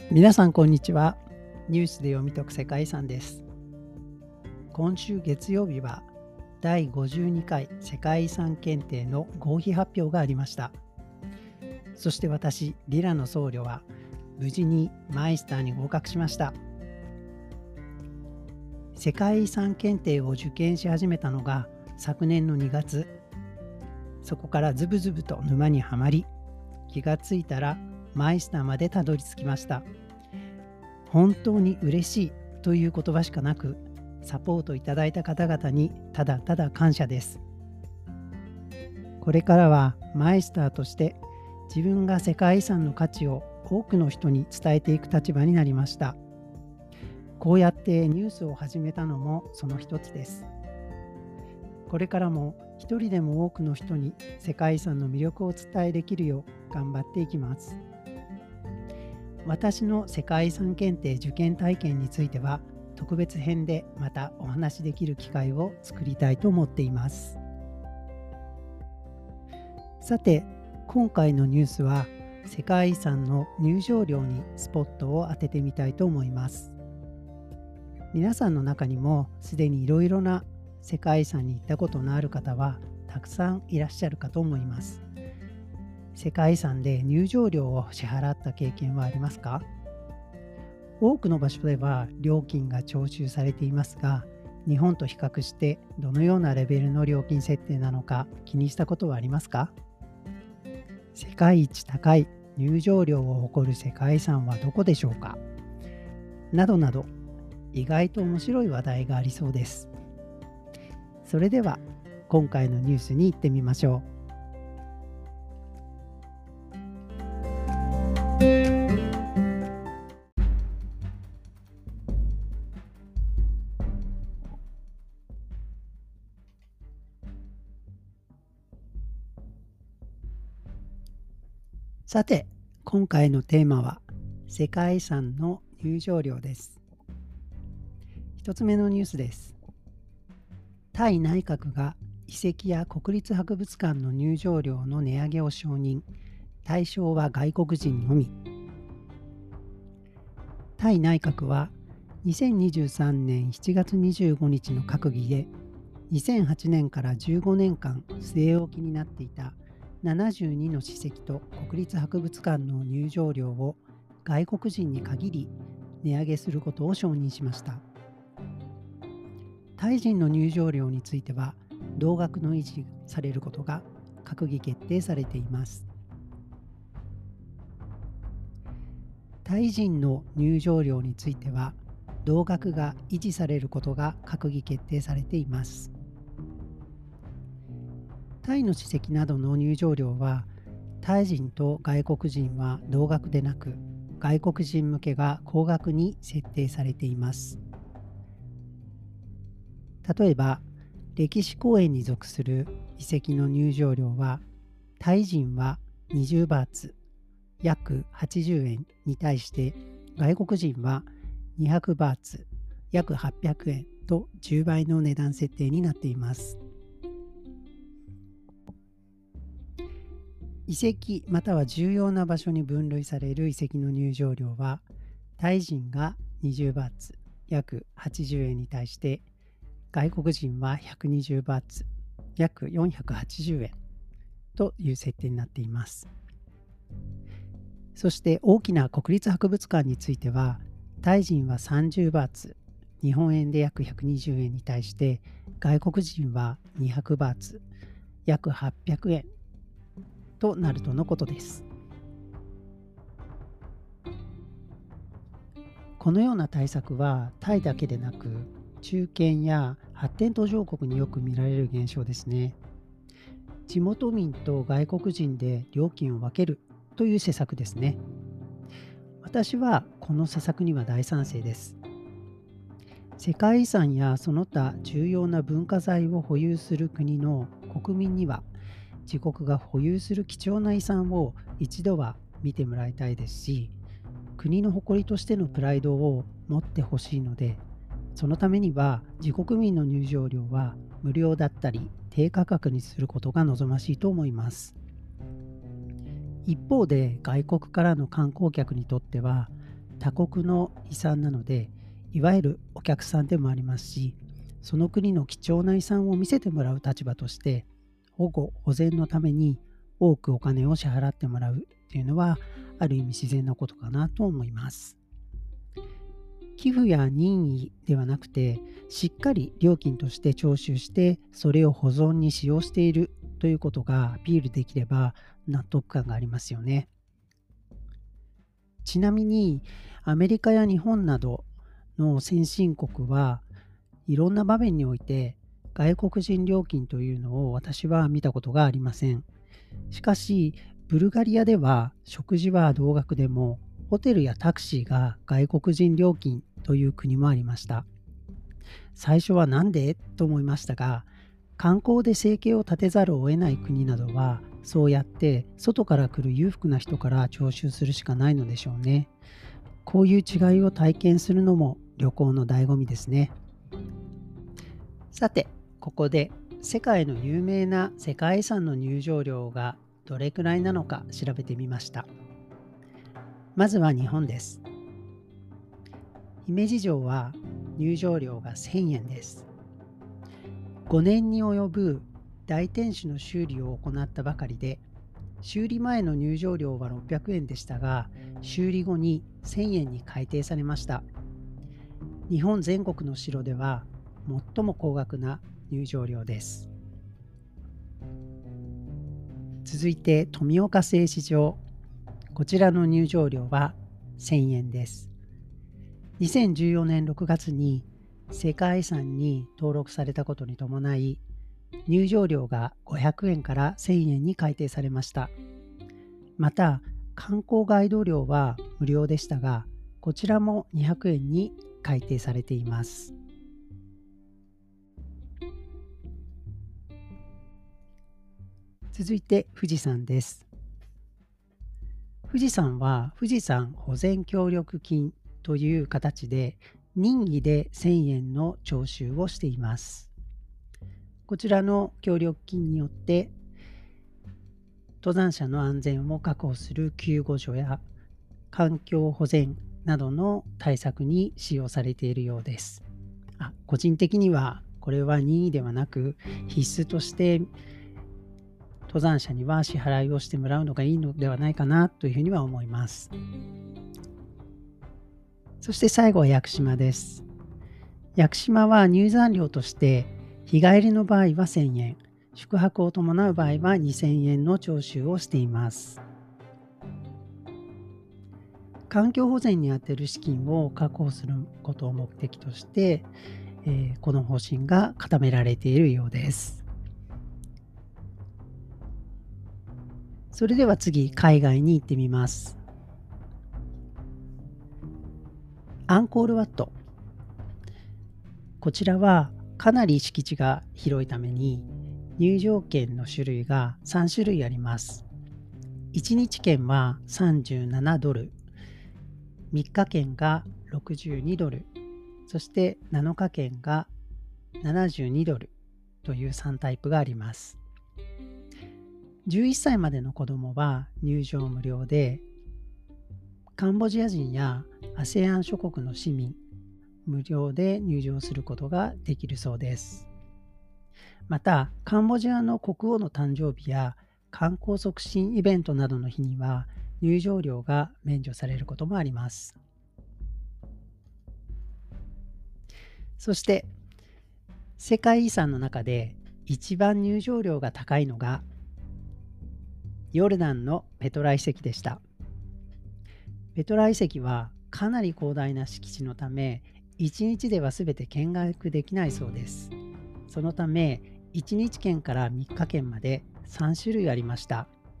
皆さんこんにちは。ニュースで読み解く世界遺産です。今週月曜日は第52回世界遺産検定の合否発表がありました。そして私、リラの僧侶は無事にマイスターに合格しました。世界遺産検定を受験し始めたのが昨年の2月。そこからズブズブと沼にはまり、気がついたらマイスターまでたどり着きました。本当に嬉しいという言葉しかなく、サポートいただいた方々にただただ感謝です。これからはマイスターとして自分が世界遺産の価値を多くの人に伝えていく立場になりました。こうやってニュースを始めたのもその一つです。これからも一人でも多くの人に世界遺産の魅力をお伝えできるよう頑張っていきます。私の世界遺産検定受験体験については特別編でまたお話しできる機会を作りたいと思っています。さて、今回のニュースは世界遺産の入場料にスポットを当ててみたいと思います。皆さんの中にもすでにいろいろな世界遺産に行ったことのある方はたくさんいらっしゃるかと思います。世界遺産で入場料を支払った経験はありますか？多くの場所では料金が徴収されていますが、日本と比較してどのようなレベルの料金設定なのか気にしたことはありますか？世界一高い入場料を誇る世界遺産はどこでしょうか？などなど、意外と面白い話題がありそうです。それでは今回のニュースに行ってみましょう。さて、今回のテーマは世界遺産の入場料です。一つ目のニュースです。タイ内閣が遺跡や国立博物館の入場料の値上げを承認。対象は外国人のみ。タイ内閣は2023年7月25日の閣議で2008年から15年間据え置きになっていた72の史跡と国立博物館の入場料を外国人に限り値上げすることを承認しました。タイ人の入場料については同額の維持されることが閣議決定されています。タイ人の入場料については同額が維持されることが閣議決定されています。タイの史跡などの入場料はタイ人と外国人は同額でなく、外国人向けが高額に設定されています。例えば歴史公園に属する遺跡の入場料はタイ人は20バーツ約80円に対して外国人は200バーツ約800円と10倍の値段設定になっています。遺跡または重要な場所に分類される遺跡の入場料はタイ人が20バーツ約80円に対して外国人は120バーツ約480円という設定になっています。そして大きな国立博物館についてはタイ人は30バーツ日本円で約120円に対して外国人は200バーツ約800円となるとのことです。このような対策はタイだけでなく中堅や発展途上国によく見られる現象ですね。地元民と外国人で料金を分けるという施策ですね。私はこの施策には大賛成です。世界遺産やその他重要な文化財を保有する国の国民には自国が保有する貴重な遺産を一度は見てもらいたいですし、国の誇りとしてのプライドを持ってほしいので、そのためには自国民の入場料は無料だったり低価格にすることが望ましいと思います。一方で外国からの観光客にとっては他国の遺産なので、いわゆるお客さんでもありますし、その国の貴重な遺産を見せてもらう立場として、保護・保全のために多くお金を支払ってもらうというのは、ある意味自然なことかなと思います。寄付や任意ではなくて、しっかり料金として徴収して、それを保存に使用しているということがアピールできれば納得感がありますよね。ちなみに、アメリカや日本などの先進国はいろんな場面において外国人料金というのを私は見たことがありません。しかし、ブルガリアでは食事は同額でも、ホテルやタクシーが外国人料金という国もありました。最初はなんでと思いましたが、観光で生計を立てざるを得ない国などは、そうやって外から来る裕福な人から徴収するしかないのでしょうね。こういう違いを体験するのも旅行の醍醐味ですね。さて、ここで世界の有名な世界遺産の入場料がどれくらいなのか調べてみました。まずは日本です。姫路城は入場料が1000円です。5年に及ぶ大天守の修理を行ったばかりで、修理前の入場料は600円でしたが、修理後に1000円に改定されました。日本全国の城では最も高額な入場料です。続いて富岡製糸場。こちらの入場料は1000円です。2014年6月に世界遺産に登録されたことに伴い、入場料が500円から1000円に改定されました。また、観光ガイド料は無料でしたが、こちらも200円に改定されています。続いて富士山です。富士山は富士山保全協力金という形で任意で1000円の徴収をしています。こちらの協力金によって登山者の安全を確保する救護所や環境保全などの対策に使用されているようです。個人的にはこれは任意ではなく必須として登山者には支払いをしてもらうのがいいのではないかなというふうには思います。そして最後は屋久島です。屋久島は入山料として日帰りの場合は1000円、宿泊を伴う場合は2000円の徴収をしています。環境保全に充てる資金を確保することを目的として、この方針が固められているようです。それでは次、海外に行ってみます。アンコールワット。こちらはかなり敷地が広いために入場券の種類が3種類あります。1日券は37ドル、3日券が62ドル、そして7日券が72ドルという3タイプがあります。11歳までの子どもは入場無料で、カンボジア人や ASEAN 諸国の市民、無料で入場することができるそうです。また、カンボジアの国王の誕生日や観光促進イベントなどの日には入場料が免除されることもあります。そして、世界遺産の中で一番入場料が高いのがヨルダンのペトラ遺跡でした。ペトラ遺跡はかなり広大な敷地のため、1日では全て見学できないそうです。そのため、1日券から3日券まで3種類ありました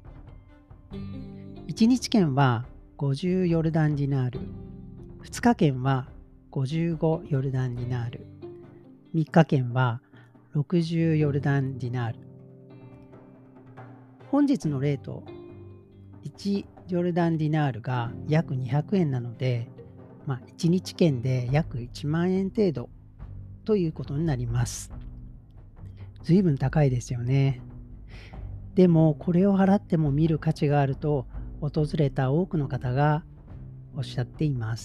。1日券は50ヨルダンディナール、2日券は55ヨルダンディナール、3日券は60ヨルダンディナール。本日のレート、1ヨルダンディナールが約200円なので、1日券で約1万円程度ということになります。随分高いですよね。でもこれを払っても見る価値があると訪れた多くの方がおっしゃっています。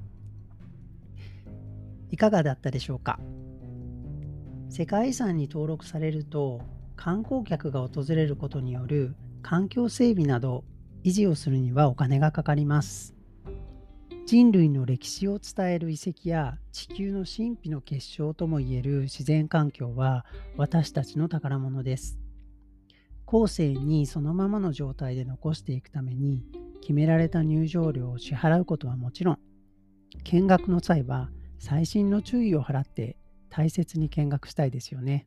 いかがだったでしょうか。世界遺産に登録されると、観光客が訪れることによる環境整備など維持をするにはお金がかかります。人類の歴史を伝える遺跡や地球の神秘の結晶ともいえる自然環境は私たちの宝物です。後世にそのままの状態で残していくために決められた入場料を支払うことはもちろん、見学の際は細心の注意を払って大切に見学したいですよね。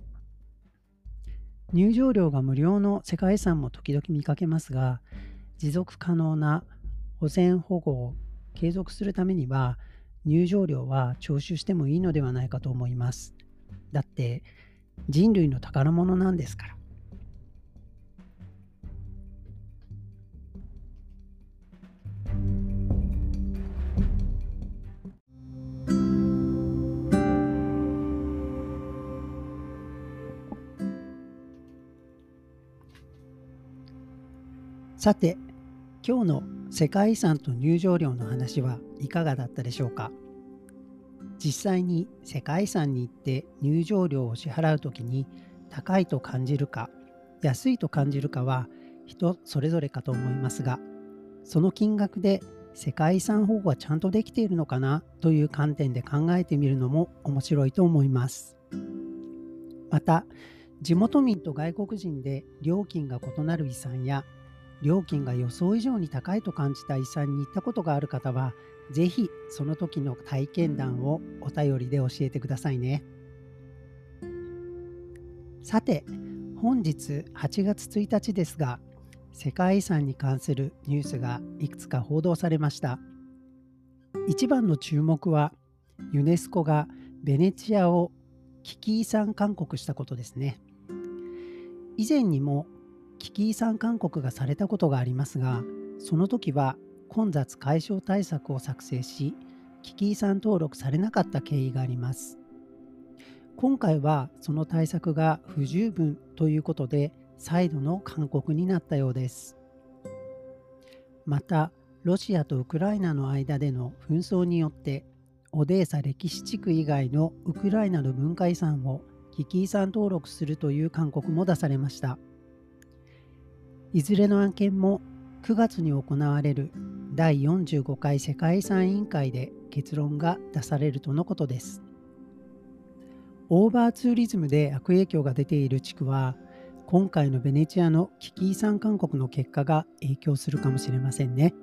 入場料が無料の世界遺産も時々見かけますが、持続可能な保全保護を継続するためには、入場料は徴収してもいいのではないかと思います。だって人類の宝物なんですから。さて、今日の世界遺産と入場料の話はいかがだったでしょうか。実際に世界遺産に行って入場料を支払うときに高いと感じるか安いと感じるかは人それぞれかと思いますが、その金額で世界遺産保護はちゃんとできているのかなという観点で考えてみるのも面白いと思います。また、地元民と外国人で料金が異なる遺産や料金が予想以上に高いと感じた遺産に行ったことがある方は、ぜひその時の体験談をお便りで教えてくださいね。さて、本日8月1日ですが、世界遺産に関するニュースがいくつか報道されました。一番の注目は、ユネスコがベネチアを危機遺産勧告したことですね。以前にも危機遺産勧告がされたことがありますが、その時は混雑解消対策を作成し、危機遺産登録されなかった経緯があります。今回はその対策が不十分ということで、再度の勧告になったようです。また、ロシアとウクライナの間での紛争によって、オデーサ歴史地区以外のウクライナの文化遺産を危機遺産登録するという勧告も出されました。いずれの案件も9月に行われる第45回世界遺産委員会で結論が出されるとのことです。オーバーツーリズムで悪影響が出ている地区は、今回のベネチアの危機遺産勧告の結果が影響するかもしれませんね。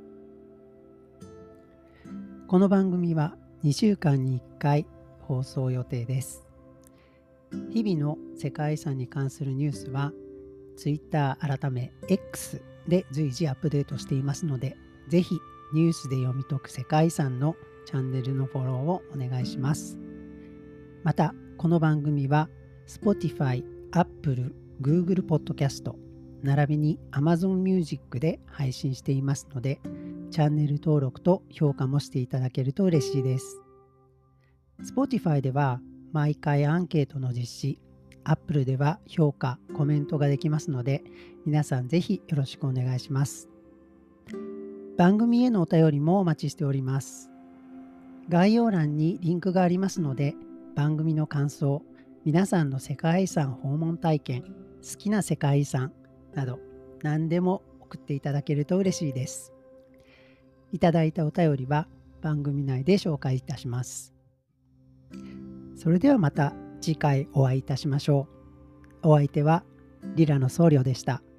この番組は2週間に1回放送予定です。日々の世界遺産に関するニュースは Twitter 改め X で随時アップデートしていますので、ぜひニュースで読み解く世界遺産のチャンネルのフォローをお願いします。また、この番組は Spotify、Apple、Google Podcast、並びに Amazon Music で配信していますので、チャンネル登録と評価もしていただけると嬉しいです。Spotify では毎回アンケートの実施、Apple では評価、コメントができますので、皆さんぜひよろしくお願いします。番組へのお便りもお待ちしております。概要欄にリンクがありますので、番組の感想、皆さんの世界遺産訪問体験、好きな世界遺産など何でも送っていただけると嬉しいです。いただいたお便りは番組内で紹介いたします。それではまた次回お会いいたしましょう。お相手はリラの僧侶でした。